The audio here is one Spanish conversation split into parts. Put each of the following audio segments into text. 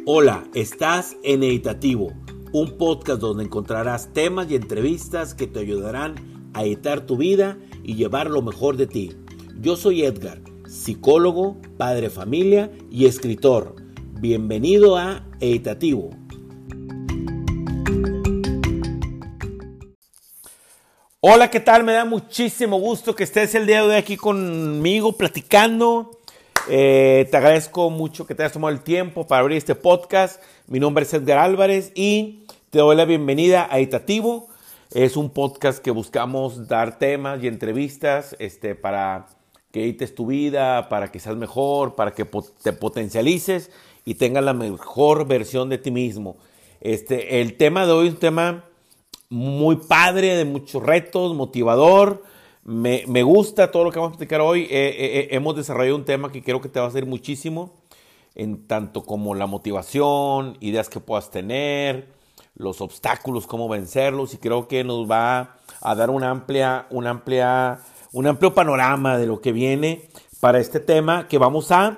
Hola, estás en Editativo, un podcast donde encontrarás temas y entrevistas que te ayudarán a editar tu vida y llevar lo mejor de ti. Yo soy Edgar, psicólogo, padre de familia y escritor. Bienvenido a Editativo. Hola, ¿qué tal? Me da muchísimo gusto que estés el día de hoy aquí conmigo platicando. Te agradezco mucho que te hayas tomado el tiempo para abrir este podcast. Mi nombre es Edgar Álvarez y te doy la bienvenida a Editativo. Es un podcast que buscamos dar temas y entrevistas para que edites tu vida, para que seas mejor, para que te potencialices y tengas la mejor versión de ti mismo. El tema de hoy es un tema muy padre, de muchos retos, motivador. Me gusta todo lo que vamos a platicar hoy. Hemos desarrollado un tema que creo que te va a servir muchísimo, en tanto como la motivación, ideas que puedas tener, los obstáculos, cómo vencerlos, y creo que nos va a dar un amplio panorama de lo que viene para este tema que vamos a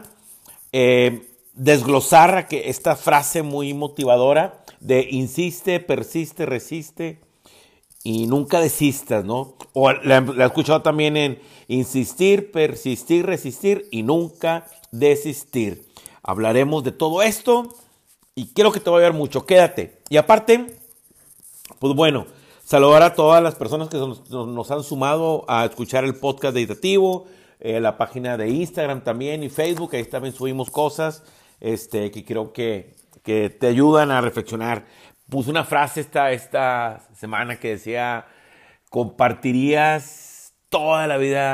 desglosar a que esta frase muy motivadora de insiste, persiste, resiste y nunca desistas, ¿no? O la he escuchado también en insistir, persistir, resistir y nunca desistir. Hablaremos de todo esto y creo que te va a ayudar mucho. Quédate. Y aparte, pues bueno, saludar a todas las personas que nos han sumado a escuchar el podcast de Editativo, la página de Instagram también y Facebook. Ahí también subimos cosas que creo que te ayudan a reflexionar. Puse una frase esta semana que decía: compartirías toda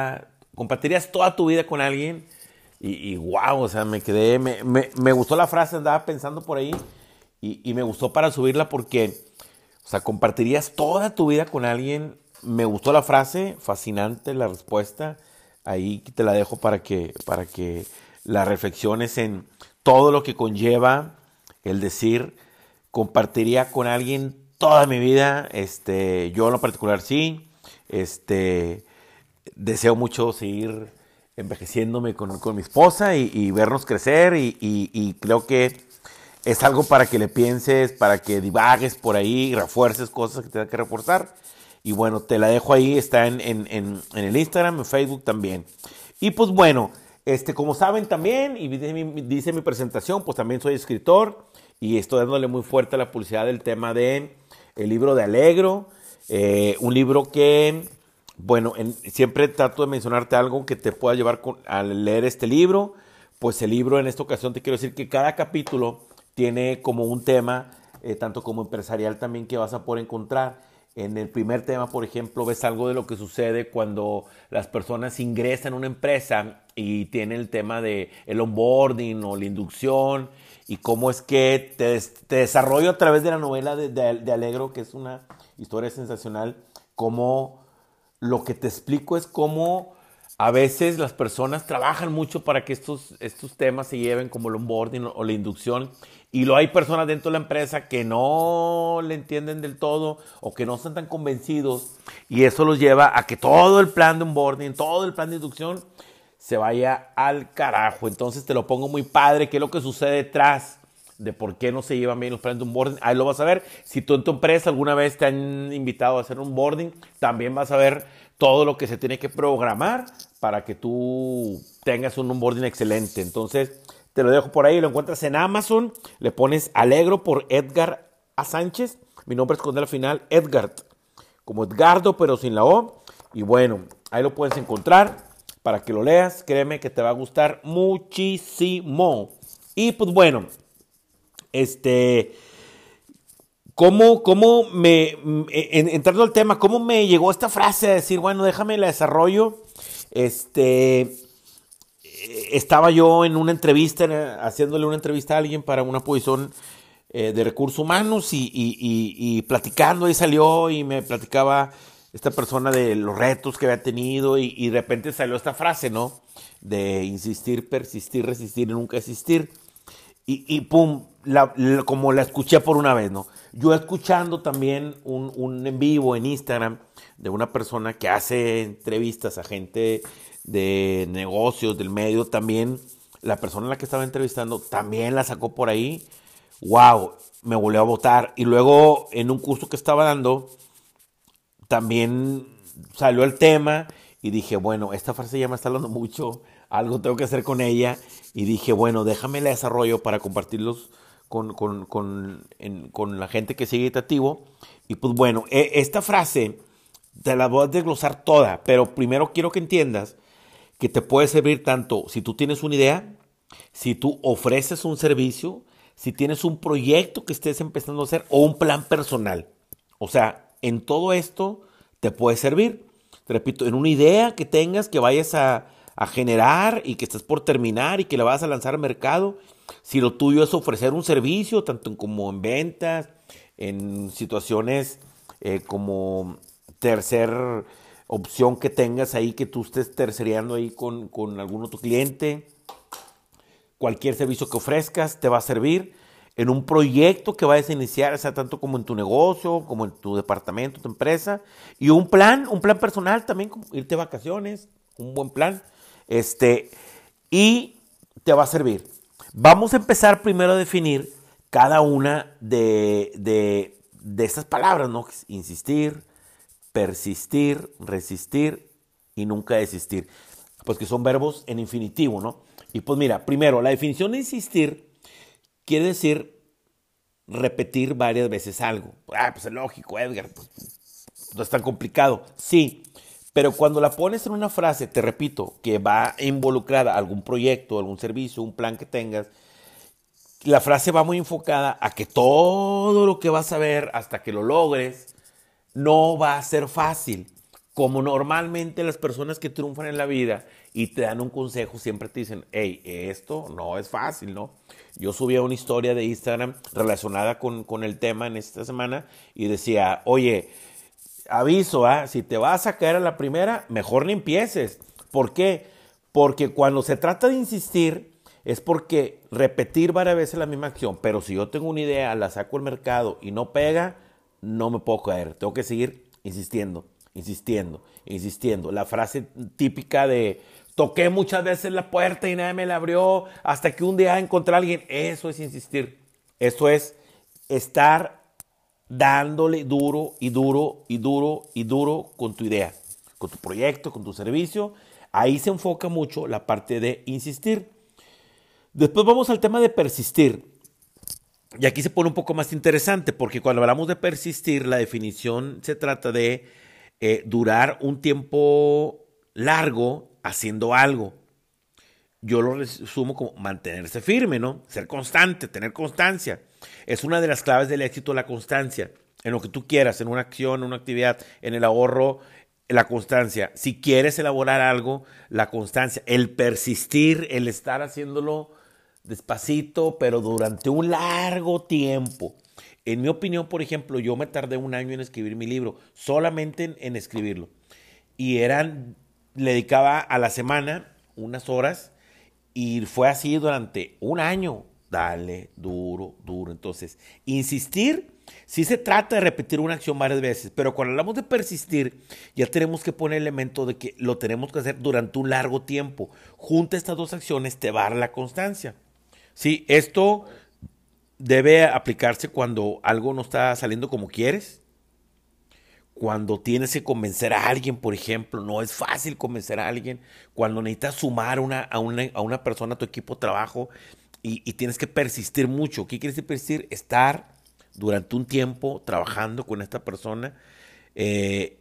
tu vida con alguien. Y wow, o sea, me gustó la frase, andaba pensando por ahí y me gustó para subirla porque, o sea, compartirías toda tu vida con alguien. Me gustó la frase, fascinante la respuesta. Ahí te la dejo para que la reflexiones en todo lo que conlleva el decir compartiría con alguien toda mi vida. Yo en lo particular sí. Deseo mucho seguir envejeciéndome con mi esposa y vernos crecer y creo que es algo para que le pienses, para que divagues por ahí, refuerces cosas que tengas que reforzar. Y bueno, te la dejo ahí, está en el Instagram, en Facebook también. Y pues bueno, como saben también, y dice mi presentación, pues también soy escritor y estoy dándole muy fuerte a la publicidad del tema de el libro de Alegro. Un libro que, bueno, siempre trato de mencionarte algo que te pueda llevar a leer este libro. Pues el libro, en esta ocasión te quiero decir que cada capítulo tiene como un tema, tanto como empresarial también, que vas a poder encontrar. En el primer tema, por ejemplo, ves algo de lo que sucede cuando las personas ingresan a una empresa y tienen el tema de el onboarding o la inducción y cómo es que te desarrollo a través de la novela de Alegro, que es una historia sensacional, cómo lo que te explico es cómo a veces las personas trabajan mucho para que estos temas se lleven, como el onboarding o la inducción, y luego hay personas dentro de la empresa que no le entienden del todo o que no están tan convencidos, y eso los lleva a que todo el plan de onboarding, todo el plan de inducción se vaya al carajo. Entonces te lo pongo muy padre, qué es lo que sucede detrás de por qué no se llevan bien los planes de onboarding. Ahí lo vas a ver. Si tú en tu empresa alguna vez te han invitado a hacer un onboarding, también vas a ver todo lo que se tiene que programar para que tú tengas un onboarding excelente. Entonces, te lo dejo por ahí. Lo encuentras en Amazon. Le pones Alegro por Edgar A. Sánchez. Mi nombre es con él al final, Edgar, como Edgardo, pero sin la O. Y bueno, ahí lo puedes encontrar para que lo leas. Créeme que te va a gustar muchísimo. Y pues bueno, entrando al tema, ¿cómo me llegó esta frase a decir, bueno, déjame la desarrollo? Estaba yo en una entrevista, haciéndole una entrevista a alguien para una posición de recursos humanos y platicando, ahí salió y me platicaba esta persona de los retos que había tenido y de repente salió esta frase, ¿no? De insistir, persistir, resistir y nunca desistir. Y pum, como la escuché por una vez, ¿no? Yo escuchando también un en vivo en Instagram de una persona que hace entrevistas a gente de negocios, del medio, también la persona a la que estaba entrevistando también la sacó por ahí. wow, me volvió a votar. Y luego en un curso que estaba dando, también salió el tema y dije, bueno, esta frase ya me está hablando mucho, algo tengo que hacer con ella. Y dije, bueno, déjame la desarrollo para compartirlos con la gente que sigue Itativo. Y pues bueno, esta frase te la voy a desglosar toda, pero primero quiero que entiendas que te puede servir tanto si tú tienes una idea, si tú ofreces un servicio, si tienes un proyecto que estés empezando a hacer o un plan personal. O sea, en todo esto te puede servir. Te repito, en una idea que tengas que vayas a generar y que estés por terminar y que la vas a lanzar al mercado. Si lo tuyo es ofrecer un servicio, tanto como en ventas, en situaciones como tercer opción que tengas ahí, que tú estés tercereando ahí con algún otro cliente, cualquier servicio que ofrezcas te va a servir en un proyecto que vayas a iniciar, o sea, tanto como en tu negocio, como en tu departamento, tu empresa, y un plan personal también, como irte de vacaciones, un buen plan, y te va a servir. Vamos a empezar primero a definir cada una de estas palabras, ¿no? Insistir, persistir, resistir y nunca desistir. Pues que son verbos en infinitivo, ¿no? Y pues mira, primero, la definición de insistir quiere decir repetir varias veces algo. Pues es lógico, Edgar, pues no es tan complicado. Sí, pero cuando la pones en una frase, te repito, que va involucrada algún proyecto, algún servicio, un plan que tengas, la frase va muy enfocada a que todo lo que vas a ver hasta que lo logres no va a ser fácil. Como normalmente las personas que triunfan en la vida y te dan un consejo siempre te dicen, hey, esto no es fácil, ¿no? Yo subía una historia de Instagram relacionada con el tema en esta semana y decía, oye, aviso, si te vas a caer a la primera, mejor ni empieces. ¿Por qué? Porque cuando se trata de insistir es porque repetir varias veces la misma acción, pero si yo tengo una idea, la saco al mercado y no pega, no me puedo caer. Tengo que seguir insistiendo, insistiendo, insistiendo. La frase típica de toqué muchas veces la puerta y nadie me la abrió hasta que un día encontré a alguien. Eso es insistir. Eso es estar dándole duro y duro y duro y duro con tu idea, con tu proyecto, con tu servicio. Ahí se enfoca mucho la parte de insistir. Después vamos al tema de persistir. Y aquí se pone un poco más interesante porque cuando hablamos de persistir, la definición se trata de durar un tiempo largo haciendo algo. Yo lo resumo como mantenerse firme, ¿no? Ser constante, tener constancia. Es una de las claves del éxito, la constancia. En lo que tú quieras, en una acción, en una actividad, en el ahorro, la constancia. Si quieres elaborar algo, la constancia. El persistir, el estar haciéndolo despacito, pero durante un largo tiempo. En mi opinión, por ejemplo, yo me tardé un año en escribir mi libro, solamente en escribirlo. Y le dedicaba a la semana unas horas y fue así durante un año. Dale, duro, duro. Entonces, insistir, sí se trata de repetir una acción varias veces, pero cuando hablamos de persistir, ya tenemos que poner el elemento de que lo tenemos que hacer durante un largo tiempo. Junta estas dos acciones, te va a dar la constancia. Sí, esto debe aplicarse cuando algo no está saliendo como quieres, cuando tienes que convencer a alguien, por ejemplo, no es fácil convencer a alguien, cuando necesitas sumar a una persona a tu equipo de trabajo y tienes que persistir mucho. ¿Qué quiere decir persistir? Estar durante un tiempo trabajando con esta persona eh,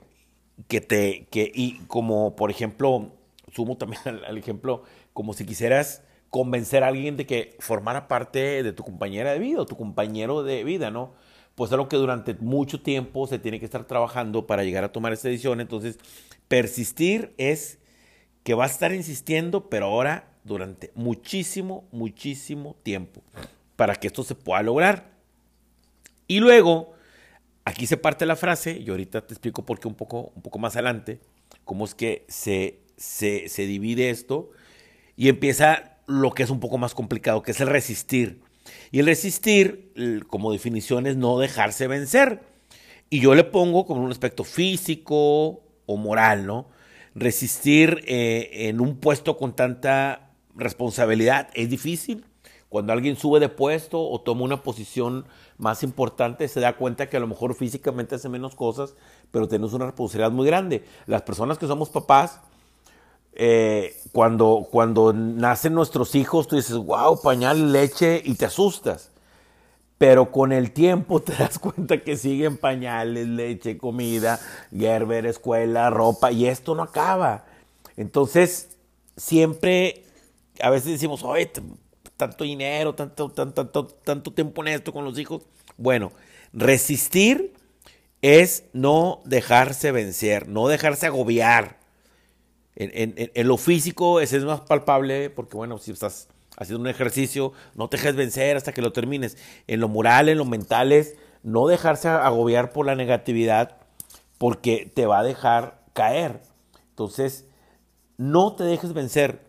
y como por ejemplo, sumo también al ejemplo, como si quisieras convencer a alguien de que formara parte de tu compañera de vida o tu compañero de vida, ¿no? Pues es algo que durante mucho tiempo se tiene que estar trabajando para llegar a tomar esa decisión. Entonces, persistir es que vas a estar insistiendo, pero ahora durante muchísimo, muchísimo tiempo para que esto se pueda lograr. Y luego, aquí se parte la frase, y ahorita te explico por qué un poco más adelante, cómo es que se divide esto y empieza lo que es un poco más complicado, que es el resistir. Y el resistir, como definición, es no dejarse vencer. Y yo le pongo como un aspecto físico o moral, ¿no? Resistir en un puesto con tanta responsabilidad es difícil. Cuando alguien sube de puesto o toma una posición más importante, se da cuenta que a lo mejor físicamente hace menos cosas, pero tenemos una responsabilidad muy grande. Las personas que somos papás, cuando nacen nuestros hijos, tú dices, wow, pañal, leche, y te asustas. Pero con el tiempo te das cuenta que siguen pañales, leche, comida, Gerber, escuela, ropa, y esto no acaba. Entonces, siempre, a veces decimos, oye, tanto dinero, tanto tiempo en esto con los hijos. Bueno, resistir es no dejarse vencer, no dejarse agobiar. En lo físico ese es más palpable porque, bueno, si estás haciendo un ejercicio, no te dejes vencer hasta que lo termines. En lo moral, en lo mental es no dejarse agobiar por la negatividad porque te va a dejar caer. Entonces, no te dejes vencer.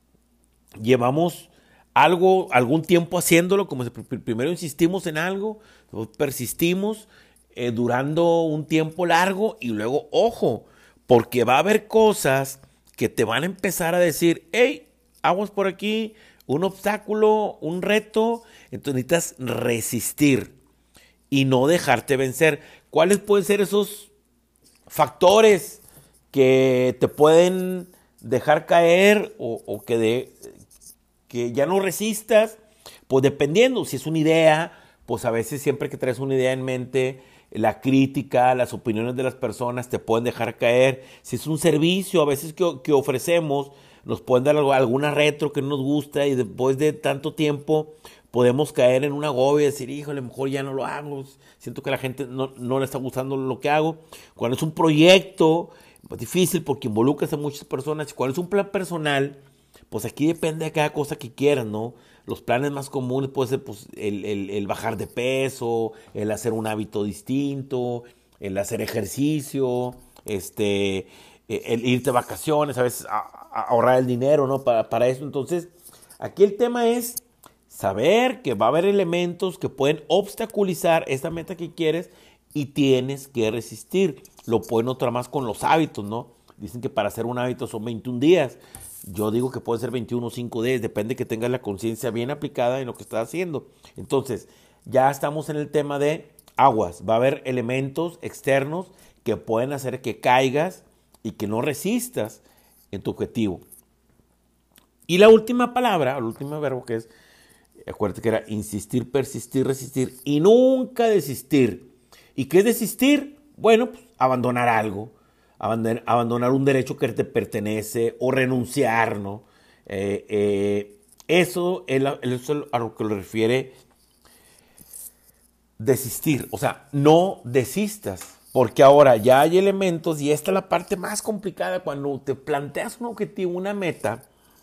Llevamos algún tiempo haciéndolo, como si primero insistimos en algo, luego persistimos durando un tiempo largo y luego, ojo, porque va a haber cosas que te van a empezar a decir, hey, aguas por aquí, un obstáculo, un reto, entonces necesitas resistir y no dejarte vencer. ¿Cuáles pueden ser esos factores que te pueden dejar caer o que ya no resistas? Pues dependiendo, si es una idea, pues a veces siempre que traes una idea en mente, la crítica, las opiniones de las personas te pueden dejar caer. Si es un servicio, a veces que ofrecemos, nos pueden dar alguna retro que no nos gusta y después de tanto tiempo podemos caer en una agobio y decir, híjole, mejor ya no lo hago, siento que a la gente no le está gustando lo que hago. Cuando es un proyecto, pues difícil porque involucras a muchas personas. Cuando es un plan personal, pues aquí depende de cada cosa que quieras, ¿no? Los planes más comunes puede ser pues, el bajar de peso, el hacer un hábito distinto, el hacer ejercicio, el irte de vacaciones, a veces ahorrar el dinero, ¿no? Para eso. Entonces, aquí el tema es saber que va a haber elementos que pueden obstaculizar esta meta que quieres y tienes que resistir. Lo pueden notar más con los hábitos, ¿no? Dicen que para hacer un hábito son 21 días. Yo digo que puede ser 21 o 5 días, depende que tengas la conciencia bien aplicada en lo que estás haciendo. Entonces, ya estamos en el tema de aguas. Va a haber elementos externos que pueden hacer que caigas y que no resistas en tu objetivo. Y la última palabra, el último verbo que es, acuérdate que era insistir, persistir, resistir y nunca desistir. ¿Y qué es desistir? Bueno, pues abandonar algo. Abandonar un derecho que te pertenece o renunciar, ¿no? Eso es a lo que le refiere desistir. O sea, no desistas, porque ahora ya hay elementos y esta es la parte más complicada cuando te planteas un objetivo, una meta.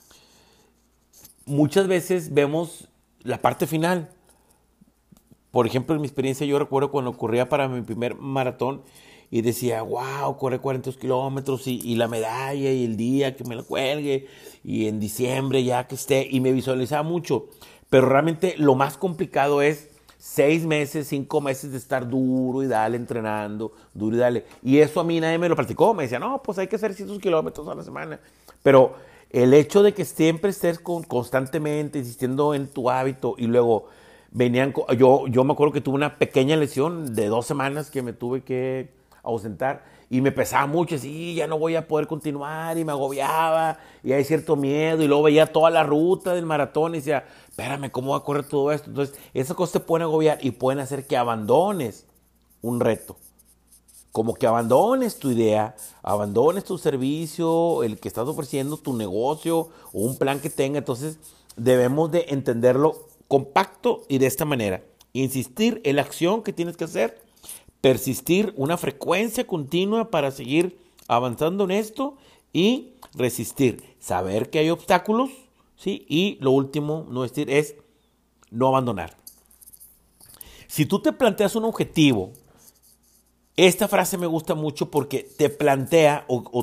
Muchas veces vemos la parte final. Por ejemplo, en mi experiencia yo recuerdo cuando corría para mi primer maratón y decía, wow, corre 42 kilómetros y la medalla y el día que me la cuelgue y en diciembre ya que esté, y me visualizaba mucho. Pero realmente lo más complicado es 6 meses, 5 meses de estar duro y dale, entrenando, duro y dale. Y eso a mí nadie me lo platicó, me decía, no, pues hay que hacer 100 kilómetros a la semana. Pero el hecho de que siempre estés constantemente insistiendo en tu hábito y luego yo me acuerdo que tuve una pequeña lesión de 2 semanas que me tuve que ausentar y me pesaba mucho, así ya no voy a poder continuar y me agobiaba y hay cierto miedo y luego veía toda la ruta del maratón y decía, espérame, ¿cómo va a correr todo esto? Entonces esas cosas te pueden agobiar y pueden hacer que abandones un reto, como que abandones tu idea, abandones tu servicio, el que estás ofreciendo, tu negocio o un plan que tenga. Entonces debemos de entenderlo compacto y de esta manera, insistir en la acción que tienes que hacer, persistir una frecuencia continua para seguir avanzando en esto y resistir, saber que hay obstáculos, ¿sí? Y lo último, no decir, es no abandonar. Si tú te planteas un objetivo, esta frase me gusta mucho porque te plantea o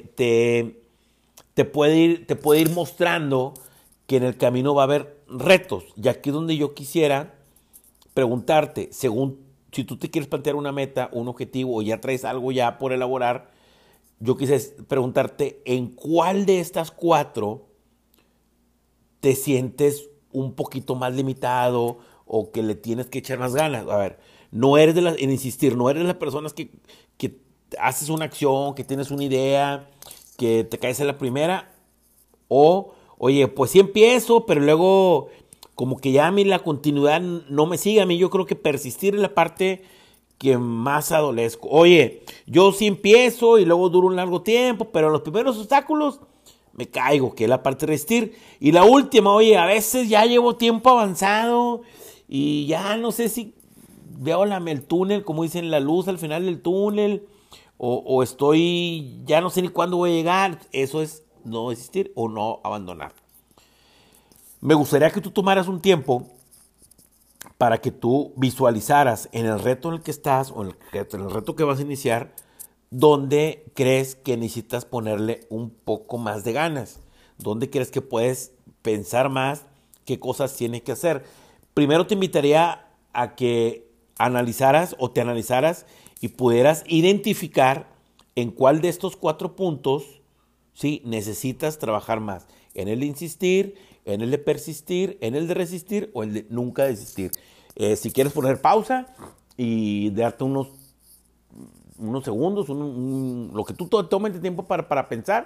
te puede ir mostrando que en el camino va a haber retos. Y aquí es donde yo quisiera preguntarte, según si tú te quieres plantear una meta, un objetivo o ya traes algo ya por elaborar, yo quisiera preguntarte en cuál de estas 4 te sientes un poquito más limitado o que le tienes que echar más ganas. A ver, no eres en insistir, no eres de las personas que haces una acción, que tienes una idea, que te caes en la primera, o, oye, pues sí empiezo, pero luego como que ya a mí la continuidad no me sigue. A mí yo creo que persistir es la parte que más adolezco. Oye, yo sí empiezo y luego duro un largo tiempo, pero en los primeros obstáculos me caigo, que es la parte de resistir. Y la última, oye, a veces ya llevo tiempo avanzado y ya no sé si veo el túnel, como dicen, la luz al final del túnel, o estoy, ya no sé ni cuándo voy a llegar. Eso es no desistir o no abandonar. Me gustaría que tú tomaras un tiempo para que tú visualizaras en el reto en el que estás o en el reto que vas a iniciar, donde crees que necesitas ponerle un poco más de ganas, donde crees que puedes pensar más qué cosas tienes que hacer. Primero te invitaría a que analizaras o te analizaras y pudieras identificar en cuál de estos 4 puntos, ¿sí?, necesitas trabajar más. En el de insistir, en el de persistir, en el de resistir o el de nunca desistir. Si quieres poner pausa y darte unos segundos, lo que tú tomes de tiempo para pensar,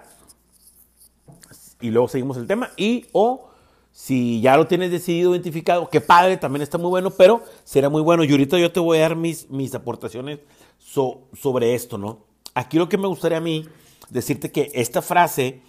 y luego seguimos el tema. O si ya lo tienes decidido, identificado, que padre, también está muy bueno, pero será muy bueno. Y ahorita yo te voy a dar mis aportaciones sobre esto, ¿no? Aquí lo que me gustaría a mí decirte que esta frase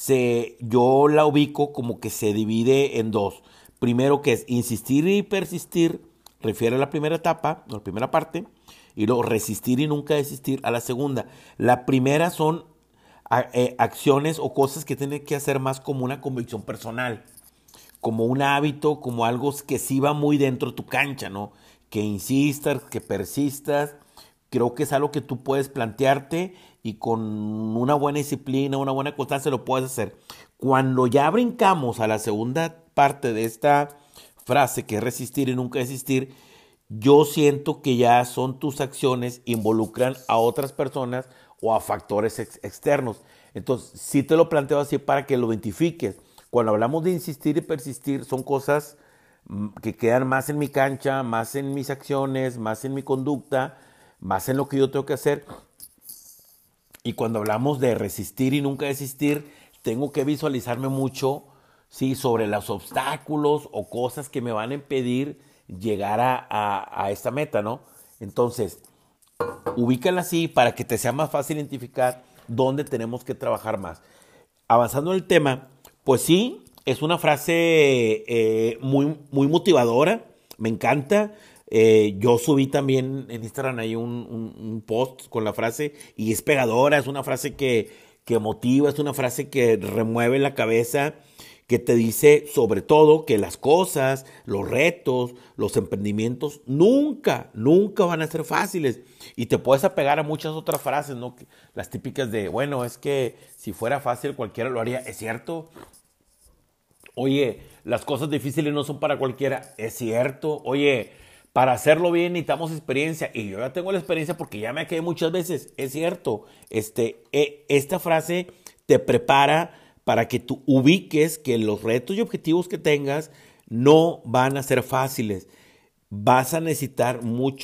yo la ubico como que se divide en dos. Primero, que es insistir y persistir, refiere a la primera etapa, a la primera parte, y luego resistir y nunca desistir a la segunda. La primera son acciones o cosas que tienes que hacer más como una convicción personal, como un hábito, como algo que sí va muy dentro de tu cancha, ¿no? Que insistas, que persistas. Creo que es algo que tú puedes plantearte y con una buena disciplina, una buena constancia lo puedes hacer. Cuando ya brincamos a la segunda parte de esta frase, que es resistir y nunca desistir, yo siento que ya son tus acciones involucran a otras personas o a factores externos. Entonces, sí te lo planteo así para que lo identifiques. Cuando hablamos de insistir y persistir, son cosas que quedan más en mi cancha, más en mis acciones, más en mi conducta, más en lo que yo tengo que hacer. Y cuando hablamos de resistir y nunca desistir, tengo que visualizarme mucho, ¿sí?, sobre los obstáculos o cosas que me van a impedir llegar a esta meta, ¿no? Entonces, ubícala así para que te sea más fácil identificar dónde tenemos que trabajar más. Avanzando en el tema, pues sí, es una frase muy, muy motivadora, me encanta. Yo subí también en Instagram ahí un post con la frase y es pegadora, es una frase que motiva, es una frase que remueve la cabeza, que te dice sobre todo que las cosas, los retos, los emprendimientos nunca, nunca van a ser fáciles. Y te puedes apegar a muchas otras frases, ¿no? Las típicas de, bueno, es que si fuera fácil cualquiera lo haría. ¿Es cierto? Oye, las cosas difíciles no son para cualquiera. ¿Es cierto? Oye, para hacerlo bien necesitamos experiencia. Y yo ya tengo la experiencia porque ya me quedé muchas veces. Es cierto. Esta frase te prepara para que tú ubiques que los retos y objetivos que tengas no van a ser fáciles. Vas a necesitar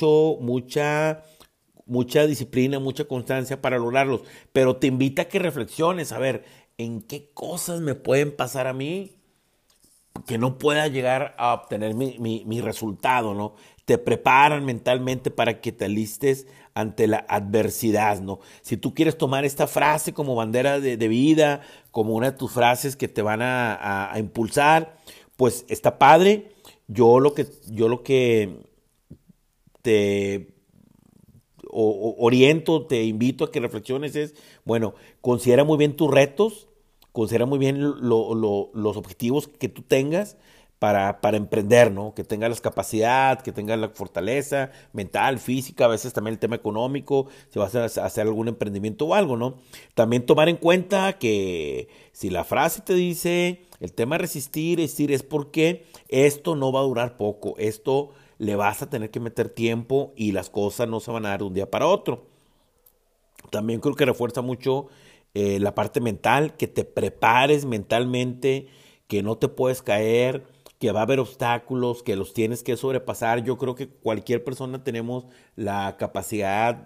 mucha disciplina, mucha constancia para lograrlos. Pero te invita a que reflexiones, a ver, ¿en qué cosas me pueden pasar a mí que no pueda llegar a obtener mi resultado, ¿no? Te preparan mentalmente para que te alistes ante la adversidad, ¿no? Si tú quieres tomar esta frase como bandera de vida, como una de tus frases que te van a impulsar, pues está padre. Yo lo que te oriento, te invito a que reflexiones es, bueno, considera muy bien tus retos, considera muy bien los objetivos que tú tengas para emprender, ¿no? Que tengas la capacidad, que tengas la fortaleza mental, física, a veces también el tema económico, si vas a hacer algún emprendimiento o algo, ¿no? También tomar en cuenta que si la frase te dice el tema de resistir, es porque esto no va a durar poco, esto le vas a tener que meter tiempo y las cosas no se van a dar de un día para otro. También creo que refuerza mucho la parte mental, que te prepares mentalmente, que no te puedes caer, que va a haber obstáculos, que los tienes que sobrepasar. Yo creo que cualquier persona tenemos la capacidad,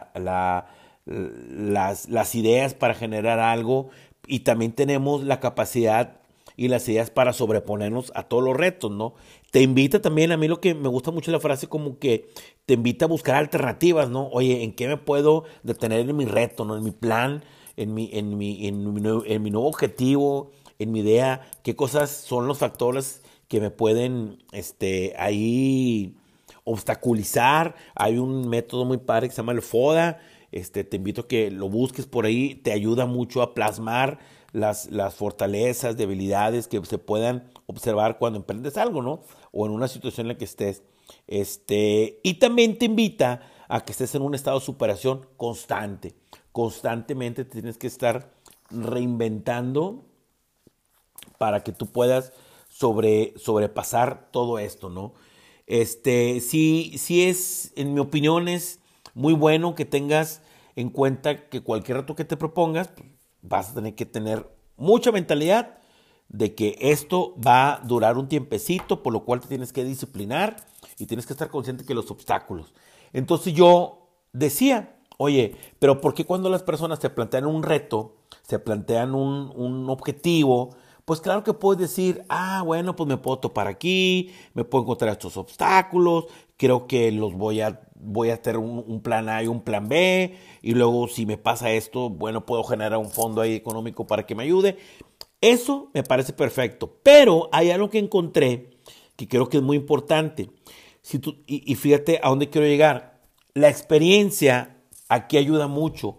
las ideas para generar algo y también tenemos la capacidad y las ideas para sobreponernos a todos los retos, ¿no? Te invita también, a mí lo que me gusta mucho la frase como que te invita a buscar alternativas, ¿no? Oye, ¿en qué me puedo detener en mi reto, ¿no? En mi plan, en mi nuevo objetivo, en mi idea, qué cosas son los factores que me pueden, ahí obstaculizar. Hay un método muy padre que se llama el FODA. Te invito a que lo busques por ahí. Te ayuda mucho a plasmar las fortalezas, debilidades que se puedan observar cuando emprendes algo, ¿no? O en una situación en la que estés. Y también te invita a que estés en un estado de superación constante. Constantemente te tienes que estar reinventando para que tú puedas sobrepasar todo esto, ¿no? Sí es, en mi opinión, es muy bueno que tengas en cuenta que cualquier reto que te propongas, pues, vas a tener que tener mucha mentalidad de que esto va a durar un tiempecito, por lo cual te tienes que disciplinar y tienes que estar consciente que los obstáculos. Entonces yo decía, oye, pero ¿por qué cuando las personas te plantean un reto, se plantean un objetivo? Pues claro que puedes decir, bueno, pues me puedo topar aquí, me puedo encontrar estos obstáculos, creo que voy a hacer un plan A y un plan B, y luego si me pasa esto, bueno, puedo generar un fondo ahí económico para que me ayude. Eso me parece perfecto, pero hay algo que encontré que creo que es muy importante. Y fíjate a dónde quiero llegar. La experiencia aquí ayuda mucho.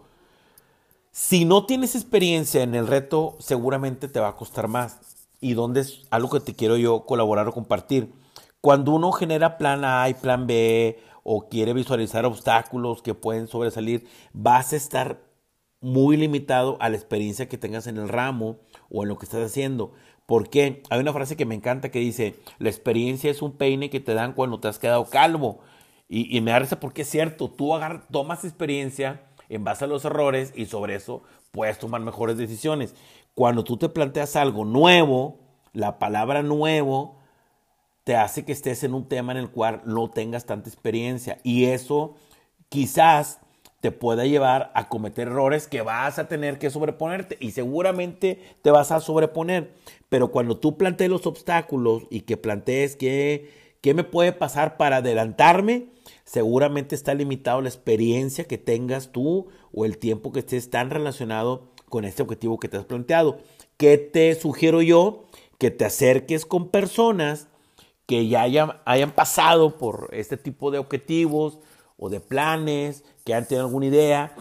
Si no tienes experiencia en el reto, seguramente te va a costar más. Y donde es algo que te quiero yo colaborar o compartir. Cuando uno genera plan A y plan B o quiere visualizar obstáculos que pueden sobresalir, vas a estar muy limitado a la experiencia que tengas en el ramo o en lo que estás haciendo. ¿Por qué? Hay una frase que me encanta que dice, la experiencia es un peine que te dan cuando te has quedado calvo. Y me da risa porque es cierto, tú tomas experiencia en base a los errores y sobre eso puedes tomar mejores decisiones. Cuando tú te planteas algo nuevo, la palabra nuevo te hace que estés en un tema en el cual no tengas tanta experiencia y eso quizás te pueda llevar a cometer errores que vas a tener que sobreponerte y seguramente te vas a sobreponer. Pero cuando tú plantees los obstáculos y que plantees qué me puede pasar para adelantarme, seguramente está limitado la experiencia que tengas tú o el tiempo que estés tan relacionado con este objetivo que te has planteado. ¿Qué te sugiero yo? Que te acerques con personas que ya hayan pasado por este tipo de objetivos o de planes, que hayan tenido alguna idea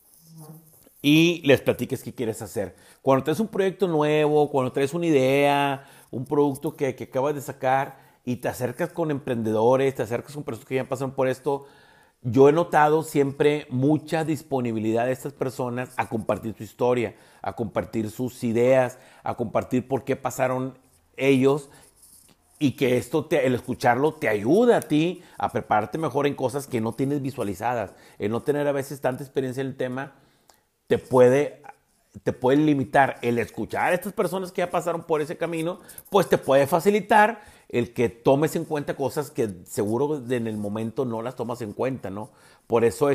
y les platiques qué quieres hacer. Cuando traes un proyecto nuevo, cuando traes una idea, un producto que acabas de sacar y te acercas con emprendedores, te acercas con personas que ya pasaron por esto, yo he notado siempre mucha disponibilidad de estas personas a compartir su historia, a compartir sus ideas, a compartir por qué pasaron ellos y que el escucharlo te ayuda a ti a prepararte mejor en cosas que no tienes visualizadas. El no tener a veces tanta experiencia en el tema te puede, te puede limitar. El escuchar a estas personas que ya pasaron por ese camino, pues te puede facilitar el que tomes en cuenta cosas que seguro en el momento no las tomas en cuenta, ¿no? Por eso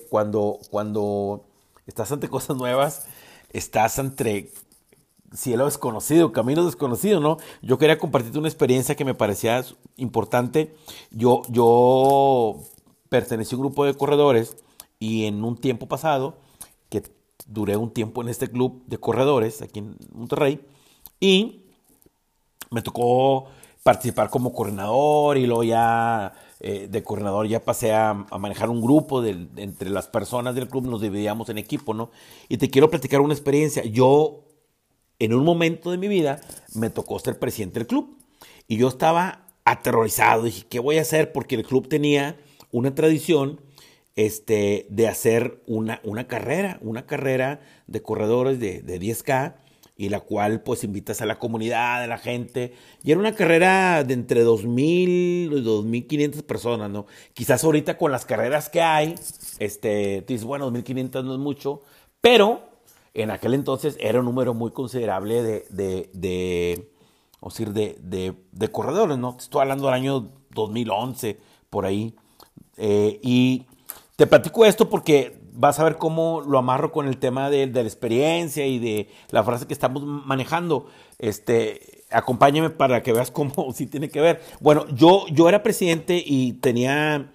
cuando estás ante cosas nuevas, estás entre cielo desconocido, camino desconocido, ¿no? Yo quería compartirte una experiencia que me parecía importante. Yo pertenecí a un grupo de corredores y en un tiempo pasado, que duré un tiempo en este club de corredores aquí en Monterrey, y me tocó participar como coordinador y luego ya de coordinador ya pasé a manejar un grupo entre las personas del club, nos dividíamos en equipo, ¿no? Y te quiero platicar una experiencia. Yo en un momento de mi vida me tocó ser presidente del club y yo estaba aterrorizado. Dije, ¿qué voy a hacer? Porque el club tenía una tradición de hacer una carrera de corredores de 10K y la cual pues invitas a la comunidad, a la gente. Y era una carrera de entre 2,000 y 2,500 personas, ¿no? Quizás ahorita con las carreras que hay, tú dices, bueno, 2,500 no es mucho, pero en aquel entonces era un número muy considerable o sea, de corredores, ¿no? Te estoy hablando del año 2011, por ahí. Y te platico esto porque vas a ver cómo lo amarro con el tema de la experiencia y de la frase que estamos manejando. Acompáñame para que veas cómo sí tiene que ver. Bueno, yo era presidente y tenía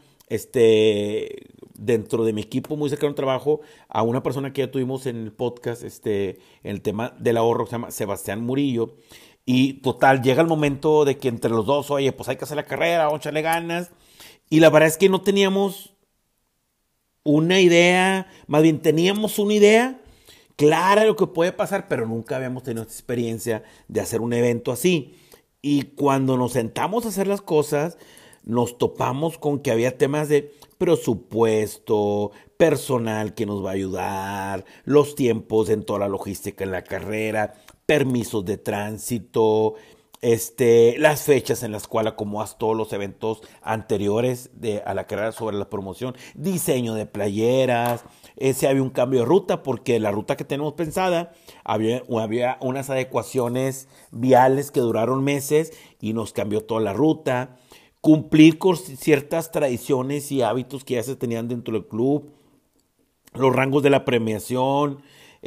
dentro de mi equipo muy cercano de trabajo a una persona que ya tuvimos en el podcast, en el tema del ahorro, se llama Sebastián Murillo. Y total, llega el momento de que entre los dos, oye, pues hay que hacer la carrera, vamos a echarle ganas. Y la verdad es que no teníamos una idea, más bien teníamos una idea clara de lo que puede pasar, pero nunca habíamos tenido esta experiencia de hacer un evento así. Y cuando nos sentamos a hacer las cosas, nos topamos con que había temas de presupuesto, personal que nos va a ayudar, los tiempos en toda la logística en la carrera, permisos de tránsito, las fechas en las cuales acomodas todos los eventos anteriores a la carrera sobre la promoción, diseño de playeras, si había un cambio de ruta, porque la ruta que tenemos pensada, había unas adecuaciones viales que duraron meses y nos cambió toda la ruta, cumplir con ciertas tradiciones y hábitos que ya se tenían dentro del club, los rangos de la premiación,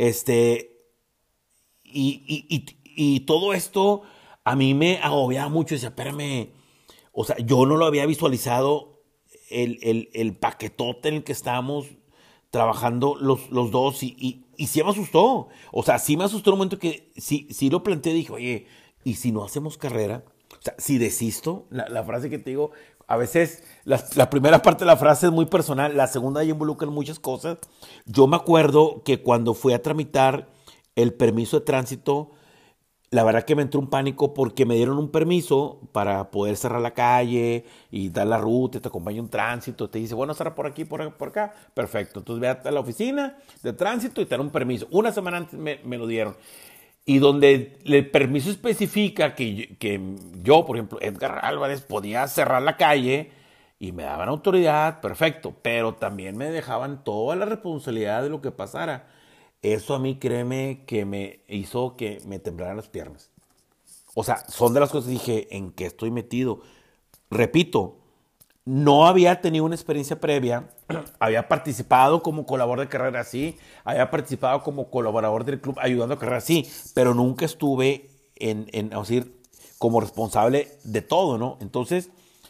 y todo esto a mí me agobiaba mucho. Decía, espérame, o sea, yo no lo había visualizado el paquetote en el que estábamos trabajando los dos y sí me asustó. O sea, sí me asustó en un momento que sí lo planteé. Dije, oye, ¿y si no hacemos carrera? O sea, si desisto, la frase que te digo, a veces la primera parte de la frase es muy personal, la segunda ya involucra muchas cosas. Yo me acuerdo que cuando fui a tramitar el permiso de tránsito, la verdad que me entró un pánico porque me dieron un permiso para poder cerrar la calle y dar la ruta, te acompaña un tránsito, te dice, bueno, cerra por aquí, por acá, perfecto. Entonces ve a la oficina de tránsito y te dan un permiso. Una semana antes me lo dieron. Y donde el permiso especifica que yo, por ejemplo, Edgar Álvarez, podía cerrar la calle y me daban autoridad, perfecto, pero también me dejaban toda la responsabilidad de lo que pasara. Eso a mí, créeme, que me hizo que me temblaran las piernas. O sea, son de las cosas que dije, ¿en qué estoy metido? Repito, no había tenido una experiencia previa, había participado como colaborador de carrera, sí, había participado como colaborador del club ayudando a carrera, sí, pero nunca estuve vamos a decir, como responsable de todo, ¿no? Entonces,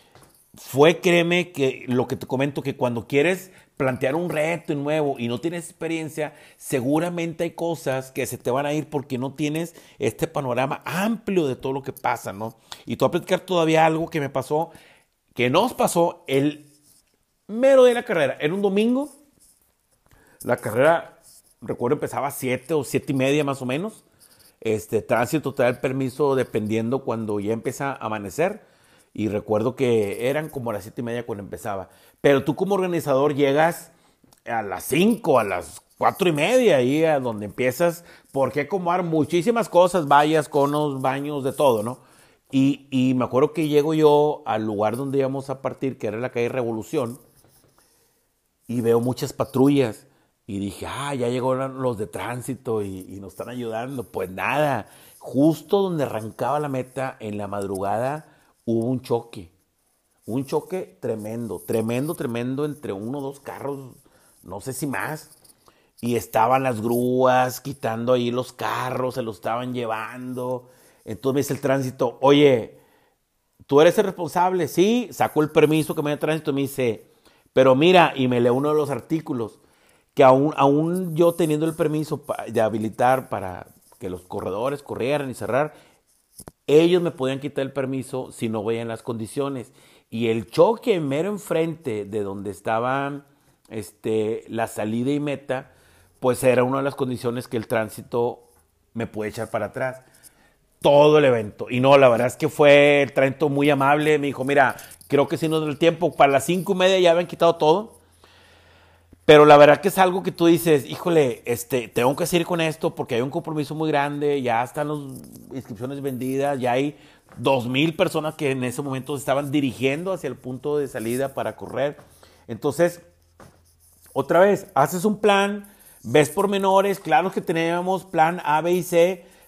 créeme, que lo que te comento, que cuando quieres plantear un reto nuevo y no tienes experiencia, seguramente hay cosas que se te van a ir porque no tienes este panorama amplio de todo lo que pasa, ¿no? Y te voy a platicar todavía algo que me pasó, que nos pasó el mero de la carrera. Era un domingo, la carrera, recuerdo, empezaba a 7 o 7:30 más o menos. Tránsito te da el permiso dependiendo cuando ya empieza a amanecer. Y recuerdo que eran como a las 7:30 cuando empezaba. Pero tú como organizador llegas a las 5, a las 4:30, ahí a donde empiezas, porque acomodar muchísimas cosas, vallas, conos, baños, de todo, ¿no? Y me acuerdo que llego yo al lugar donde íbamos a partir, que era la calle Revolución, y veo muchas patrullas. Y dije, ya llegaron los de tránsito y nos están ayudando. Pues nada, justo donde arrancaba la meta, en la madrugada, hubo un choque. Un choque tremendo, tremendo, tremendo, entre uno o dos carros, no sé si más. Y estaban las grúas quitando ahí los carros, se los estaban llevando. Entonces me dice el tránsito, oye, ¿tú eres el responsable? Sí, sacó el permiso que me dio tránsito y me dice, pero mira, y me lee uno de los artículos, que aún yo teniendo el permiso de habilitar para que los corredores corrieran y cerrar, ellos me podían quitar el permiso si no veían las condiciones. Y el choque mero enfrente de donde estaban la salida y meta, pues era una de las condiciones que el tránsito me puede echar para atrás. Todo el evento. Y no, la verdad es que fue el tránsito muy amable. Me dijo, mira, creo que si nos da el tiempo, para las 5:30 ya habían quitado todo. Pero la verdad que es algo que tú dices, híjole, tengo que seguir con esto porque hay un compromiso muy grande, ya están las inscripciones vendidas, ya hay 2,000 personas que en ese momento se estaban dirigiendo hacia el punto de salida para correr. Entonces, otra vez, haces un plan, ves pormenores, claro que teníamos plan A, B y C,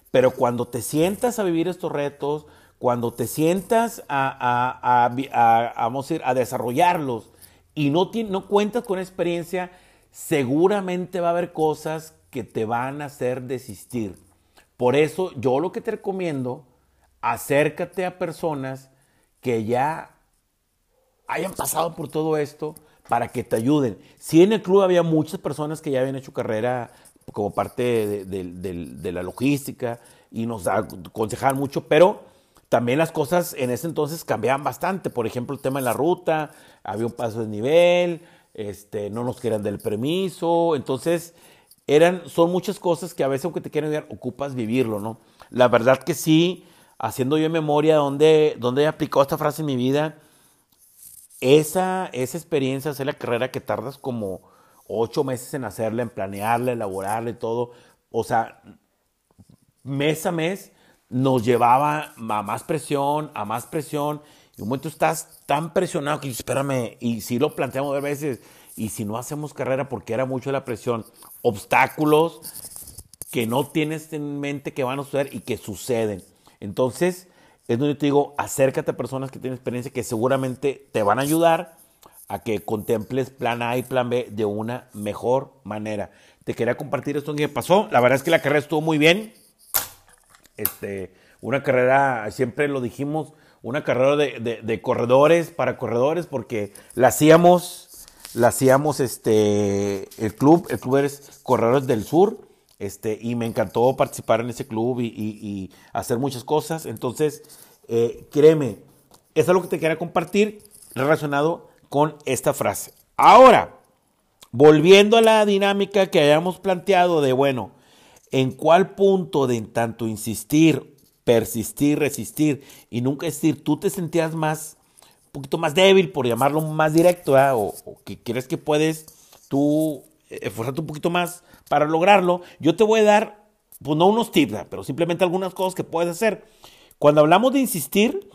Pero cuando te sientas a vivir estos retos, cuando te sientas vamos a decir, a desarrollarlos y no cuentas con experiencia, seguramente va a haber cosas que te van a hacer desistir. Por eso yo lo que te recomiendo, acércate a personas que ya hayan pasado por todo esto para que te ayuden. Sí, en el club había muchas personas que ya habían hecho carrera como parte de la logística y nos aconsejaban mucho, pero también las cosas en ese entonces cambiaban bastante. Por ejemplo, el tema de la ruta, había un paso de nivel, no nos querían del permiso, entonces son muchas cosas que a veces aunque te quieran ayudar, ocupas vivirlo, ¿no? La verdad que sí, haciendo yo memoria donde he aplicado esta frase en mi vida, esa experiencia, hacer la carrera que tardas como 8 meses en hacerla, en planearla, elaborarla y todo, o sea, mes a mes nos llevaba a más presión, a más presión, y un momento estás tan presionado que espérame, y si lo planteamos 2 veces, y si no hacemos carrera porque era mucho la presión, obstáculos que no tienes en mente que van a suceder y que suceden. Entonces, es donde te digo, acércate a personas que tienen experiencia que seguramente te van a ayudar a que contemples plan A y plan B de una mejor manera. Te quería compartir esto que pasó. La verdad es que la carrera estuvo muy bien. Una carrera, siempre lo dijimos, una carrera de corredores para corredores, porque la hacíamos el club es Corredores del Sur, y me encantó participar en ese club y hacer muchas cosas. Entonces, créeme, eso es lo que te quería compartir relacionado con esta frase. Ahora, volviendo a la dinámica que habíamos planteado de, bueno, ¿en cuál punto de tanto insistir, persistir, resistir y nunca decir, tú te sentías un poquito más débil, por llamarlo más directo, o que crees que puedes tú esforzarte un poquito más para lograrlo? Yo te voy a dar, pues no unos tips, pero simplemente algunas cosas que puedes hacer. Cuando hablamos de insistir,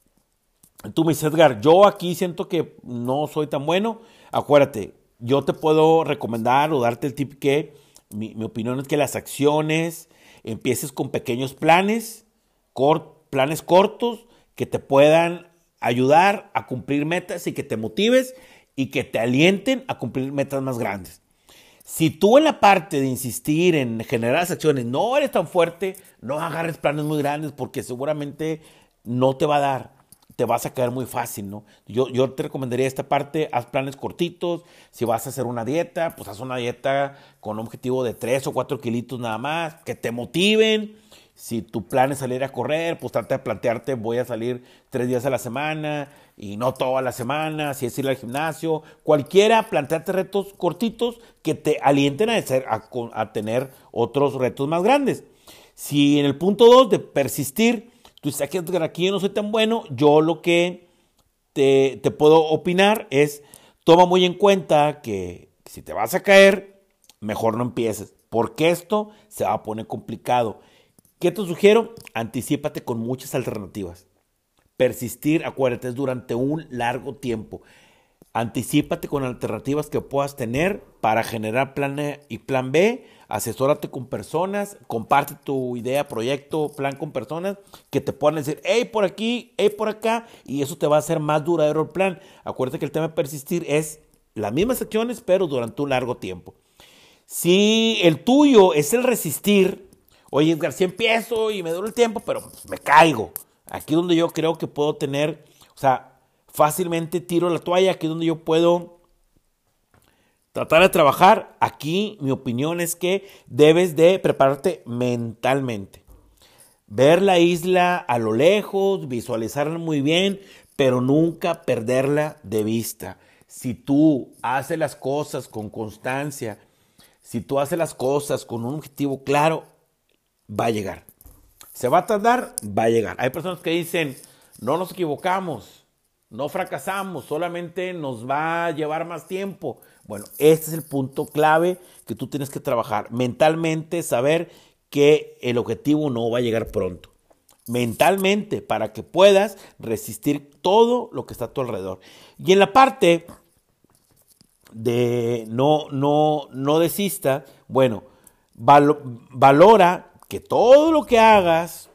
tú me dices, Edgar, yo aquí siento que no soy tan bueno. Acuérdate, yo te puedo recomendar o darte el tip que mi opinión es que las acciones empieces con pequeños planes, planes cortos que te puedan ayudar a cumplir metas y que te motives y que te alienten a cumplir metas más grandes. Si tú en la parte de insistir en generar las acciones no eres tan fuerte, no agarres planes muy grandes porque seguramente no te va a dar. Te vas a caer muy fácil, ¿no? Yo te recomendaría esta parte, haz planes cortitos. Si vas a hacer una dieta, pues haz una dieta con un objetivo de 3 o 4 kilitos nada más, que te motiven. Si tu plan es salir a correr, pues trata de plantearte, voy a salir 3 días a la semana y no toda la semana. Si es ir al gimnasio, cualquiera, plantearte retos cortitos que te alienten a tener otros retos más grandes. Si en el punto 2 de persistir, tú dices, aquí yo no soy tan bueno, yo lo que te puedo opinar es, toma muy en cuenta que si te vas a caer, mejor no empieces, porque esto se va a poner complicado. ¿Qué te sugiero? Anticípate con muchas alternativas. Persistir, acuérdate, es durante un largo tiempo. Anticípate con alternativas que puedas tener para generar plan A y plan B. Asesórate con personas, comparte tu idea, proyecto, plan con personas que te puedan decir, hey, por aquí, hey, por acá, y eso te va a hacer más duradero el plan. Acuérdate que el tema de persistir es las mismas acciones, pero durante un largo tiempo. Si el tuyo es el resistir, oye, Edgar, si empiezo y me dura el tiempo, pero pues, me caigo. Aquí es donde yo creo que puedo tener, o sea, fácilmente tiro la toalla, aquí es donde yo puedo tratar de trabajar. Aquí mi opinión es que debes de prepararte mentalmente. Ver la isla a lo lejos, visualizarla muy bien, pero nunca perderla de vista. Si tú haces las cosas con constancia, si tú haces las cosas con un objetivo claro, va a llegar. ¿Se va a tardar? Va a llegar. Hay personas que dicen, no nos equivocamos, no fracasamos, solamente nos va a llevar más tiempo. Bueno, este es el punto clave que tú tienes que trabajar. Mentalmente, saber que el objetivo no va a llegar pronto. Mentalmente, para que puedas resistir todo lo que está a tu alrededor. Y en la parte de no desista, bueno, valora que todo lo que hagas,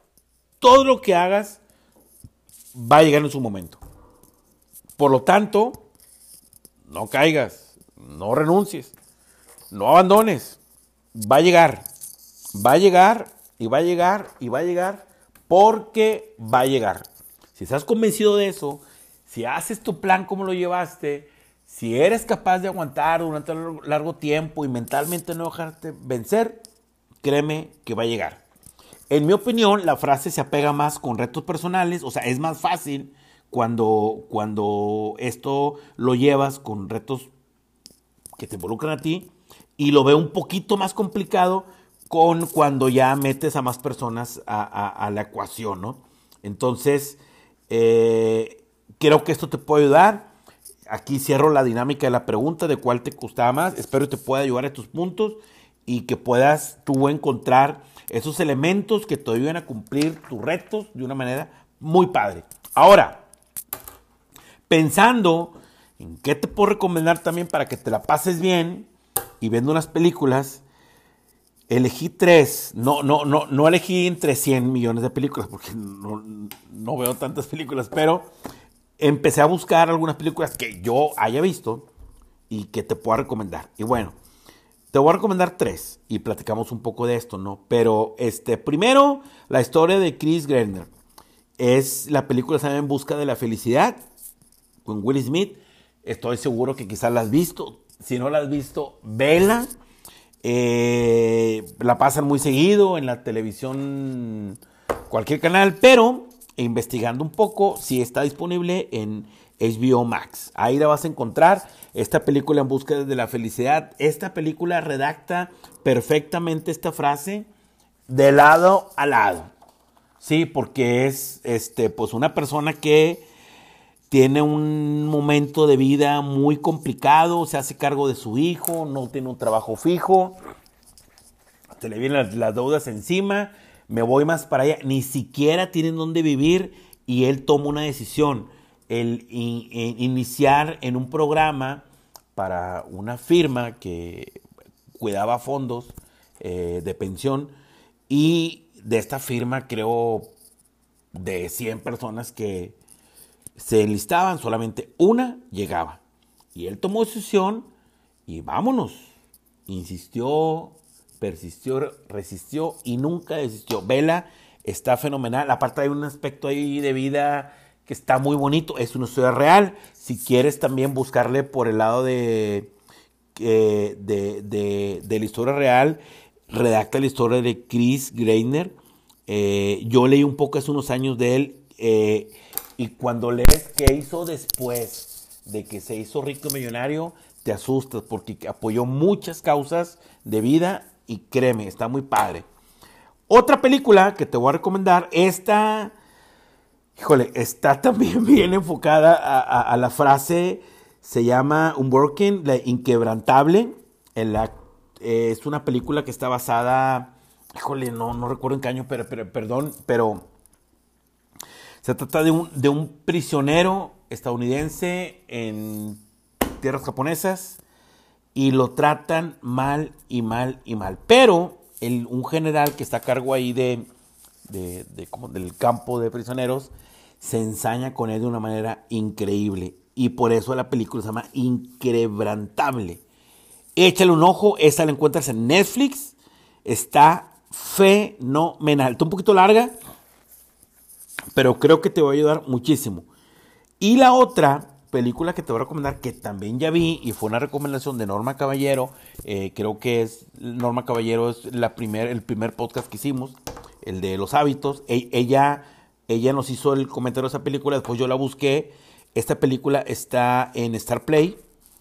va a llegar en su momento. Por lo tanto, no caigas, no renuncies, no abandones. Va a llegar y va a llegar porque va a llegar. Si estás convencido de eso, si haces tu plan como lo llevaste, si eres capaz de aguantar durante un largo tiempo y mentalmente no dejarte vencer, créeme que va a llegar. En mi opinión, la frase se apega más con retos personales, o sea, es más fácil cuando esto lo llevas con retos que te involucran a ti, y lo veo un poquito más complicado con cuando ya metes a más personas a la ecuación, ¿no? Entonces, creo que esto te puede ayudar. Aquí cierro la dinámica de la pregunta de cuál te gustaba más. Espero que te pueda ayudar a tus puntos y que puedas tú encontrar esos elementos que te ayuden a cumplir tus retos de una manera muy padre. Ahora, pensando en qué te puedo recomendar también para que te la pases bien y viendo unas películas, elegí 3. No elegí entre 100 millones de películas porque no veo tantas películas, pero empecé a buscar algunas películas que yo haya visto y que te pueda recomendar. Y bueno, te voy a recomendar 3 y platicamos un poco de esto, ¿no? Pero primero, la historia de Chris Gardner. Es la película se llama En busca de la felicidad con Will Smith. Estoy seguro que quizás la has visto. Si no la has visto, vela. La pasan muy seguido en la televisión, cualquier canal, pero investigando un poco, sí está disponible en HBO Max. Ahí la vas a encontrar. Esta película En busca de la felicidad. Esta película redacta perfectamente esta frase de lado a lado. Sí, porque es pues una persona que tiene un momento de vida muy complicado, se hace cargo de su hijo, no tiene un trabajo fijo, se le vienen las deudas encima, me voy más para allá, ni siquiera tienen dónde vivir y él toma una decisión, el iniciar en un programa para una firma que cuidaba fondos de pensión, y de esta firma creo de 100 personas que se enlistaban, solamente una llegaba. Y él tomó decisión y vámonos. Insistió, persistió, resistió y nunca desistió. Vela, está fenomenal. Aparte hay un aspecto ahí de vida que está muy bonito. Es una historia real. Si quieres también buscarle por el lado de la historia real, redacta la historia de Chris Gardner. Yo leí un poco hace unos años de él. Y cuando lees qué hizo después de que se hizo rico y millonario, te asustas porque apoyó muchas causas de vida y créeme, está muy padre. Otra película que te voy a recomendar, está también bien enfocada a la frase, se llama Unbroken, la inquebrantable. Es una película que está basada, no recuerdo en qué año, pero se trata de un prisionero estadounidense en tierras japonesas y lo tratan mal y mal y mal. Pero un general que está a cargo ahí como del campo de prisioneros se ensaña con él de una manera increíble. Y por eso la película se llama Inquebrantable. Échale un ojo, esta la encuentras en Netflix. Está fenomenal. Está un poquito larga, pero creo que te va a ayudar muchísimo. Y la otra película que te voy a recomendar, que también ya vi y fue una recomendación de Norma Caballero, creo que Norma Caballero es el primer podcast que hicimos, el de los hábitos. Ella nos hizo el comentario de esa película, después yo la busqué. Esta película está en Star Play.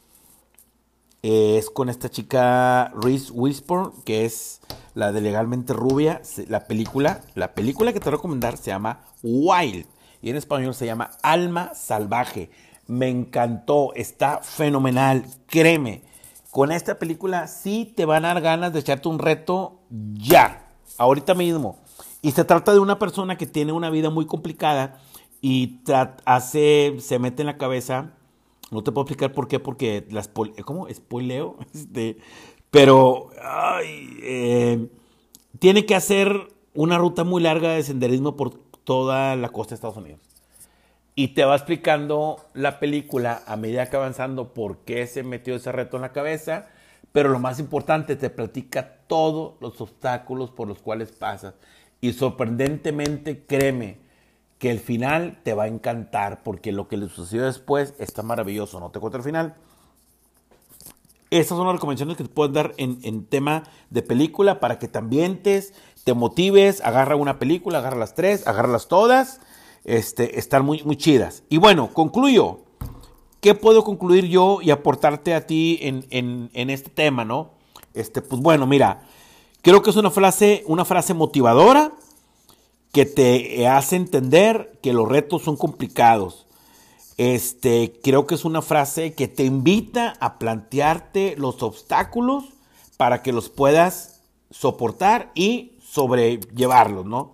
Es con esta chica Reese Witherspoon, que es la de Legalmente Rubia. La película que te voy a recomendar se llama Wild y en español se llama Alma Salvaje. Me encantó, está fenomenal, créeme. Con esta película sí te van a dar ganas de echarte un reto ya, ahorita mismo. Y se trata de una persona que tiene una vida muy complicada y se mete en la cabeza. No te puedo explicar por qué, porque ¿cómo? Spoileo. Pero tiene que hacer una ruta muy larga de senderismo por toda la costa de Estados Unidos. Y te va explicando la película a medida que avanzando por qué se metió ese reto en la cabeza, pero lo más importante, te platica todos los obstáculos por los cuales pasas. Y sorprendentemente, créeme, que el final te va a encantar, porque lo que le sucedió después está maravilloso. No te cuento el final. Estas son las recomendaciones que te puedo dar en tema de película para que te ambientes, te motives, agarra una película, agarra las tres, agárralas todas. Están muy, muy chidas. Y bueno, concluyo. ¿Qué puedo concluir yo y aportarte a ti en este tema, no? Pues bueno, mira, creo que es una frase motivadora que te hace entender que los retos son complicados. Creo que es una frase que te invita a plantearte los obstáculos para que los puedas soportar y sobrellevarlos, ¿no?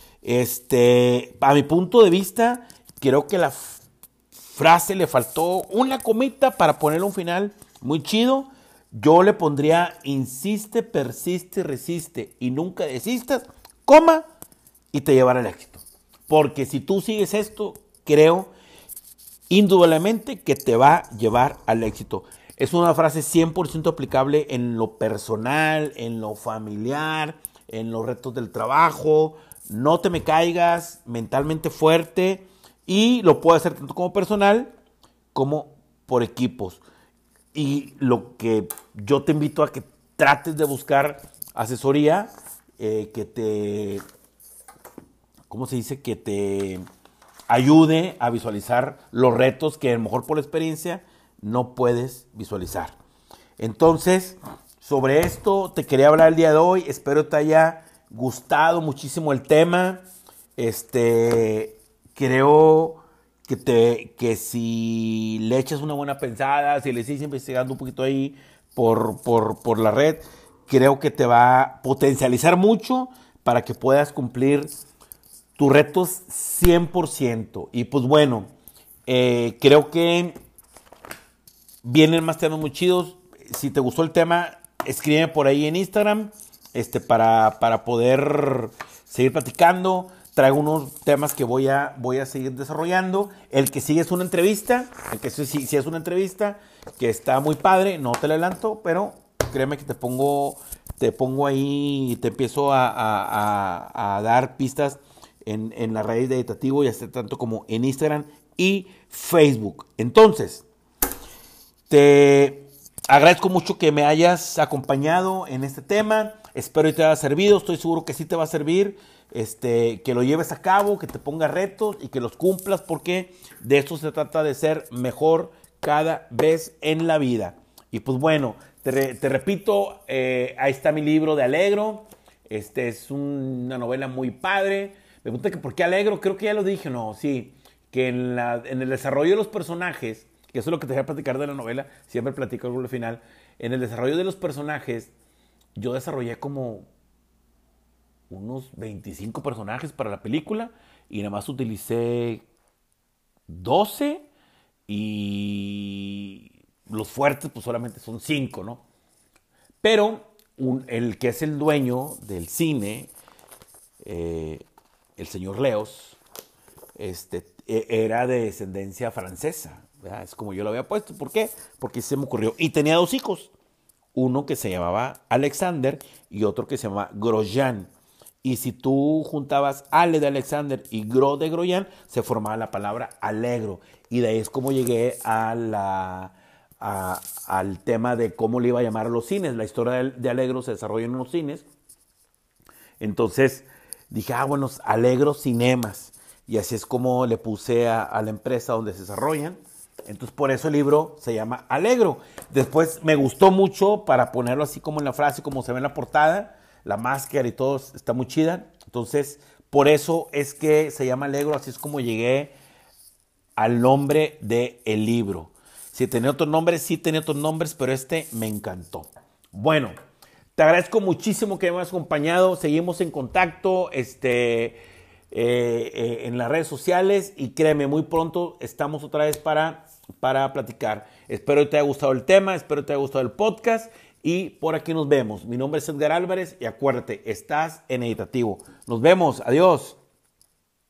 A mi punto de vista, creo que la frase le faltó una comita para ponerle un final muy chido. Yo le pondría: insiste, persiste, resiste y nunca desistas, coma, y te llevará al éxito. Porque si tú sigues esto, creo indudablemente que te va a llevar al éxito. Es una frase 100% aplicable en lo personal, en lo familiar, en los retos del trabajo. No te me caigas, mentalmente fuerte, y lo puedes hacer tanto como personal como por equipos. Y lo que yo te invito a que trates de buscar asesoría, que te, ¿cómo se dice? Que te ayude a visualizar los retos que a lo mejor por la experiencia no puedes visualizar. Entonces, sobre esto te quería hablar el día de hoy. Espero te haya gustado muchísimo el tema. Creo que si le echas una buena pensada, si le sigues investigando un poquito ahí por la red, creo que te va a potencializar mucho para que puedas cumplir tus retos 100%. Y pues bueno, creo que vienen más temas muy chidos. Si te gustó el tema, escríbeme por ahí en Instagram, para poder seguir platicando. Traigo unos temas que voy a seguir desarrollando. El que sigue es una entrevista. El que sí es una entrevista que está muy padre. No te la adelanto, pero créeme que te pongo ahí y te empiezo a dar pistas en la raíz de editativo, ya sea tanto como en Instagram y Facebook. Entonces, te agradezco mucho que me hayas acompañado en este tema. Espero que te haya servido. Estoy seguro que sí te va a servir. Que lo lleves a cabo, que te pongas retos y que los cumplas, porque de esto se trata, de ser mejor cada vez en la vida. Y pues bueno, te repito, ahí está mi libro de Alegro. Es una novela muy padre. Me pregunta que por qué Alegro, creo que ya lo dije, no, sí, que en el desarrollo de los personajes, que eso es lo que te voy a platicar de la novela, siempre platico algo al final. En el desarrollo de los personajes, yo desarrollé como unos 25 personajes para la película y nada más utilicé 12, y los fuertes pues solamente son 5, ¿no? Pero el que es el dueño del cine, el señor Leos, era de descendencia francesa, ¿verdad? Es como yo lo había puesto. ¿Por qué? Porque se me ocurrió. Y tenía 2 hijos. Uno que se llamaba Alexander y otro que se llamaba Grosjean. Y si tú juntabas Ale de Alexander y Gro de Grosjean, se formaba la palabra Alegro. Y de ahí es como llegué al tema de cómo le iba a llamar a los cines. La historia de Alegro se desarrolla en unos cines. Entonces dije, bueno, Alegro Cinemas. Y así es como le puse a la empresa donde se desarrollan. Entonces por eso el libro se llama Alegro. Después me gustó mucho para ponerlo así como en la frase, como se ve en la portada. La máscara y todo está muy chida. Entonces por eso es que se llama Alegro. Así es como llegué al nombre del libro. Si tenía otros nombres, sí tenía otros nombres, pero me encantó. Bueno, te agradezco muchísimo que me hayas acompañado. Seguimos en contacto en las redes sociales, y créeme, muy pronto estamos otra vez para platicar. Espero que te haya gustado el tema, espero que te haya gustado el podcast, Y por aquí nos vemos. Mi nombre es Edgar Álvarez y acuérdate, estás en Editativo. Nos vemos. Adiós.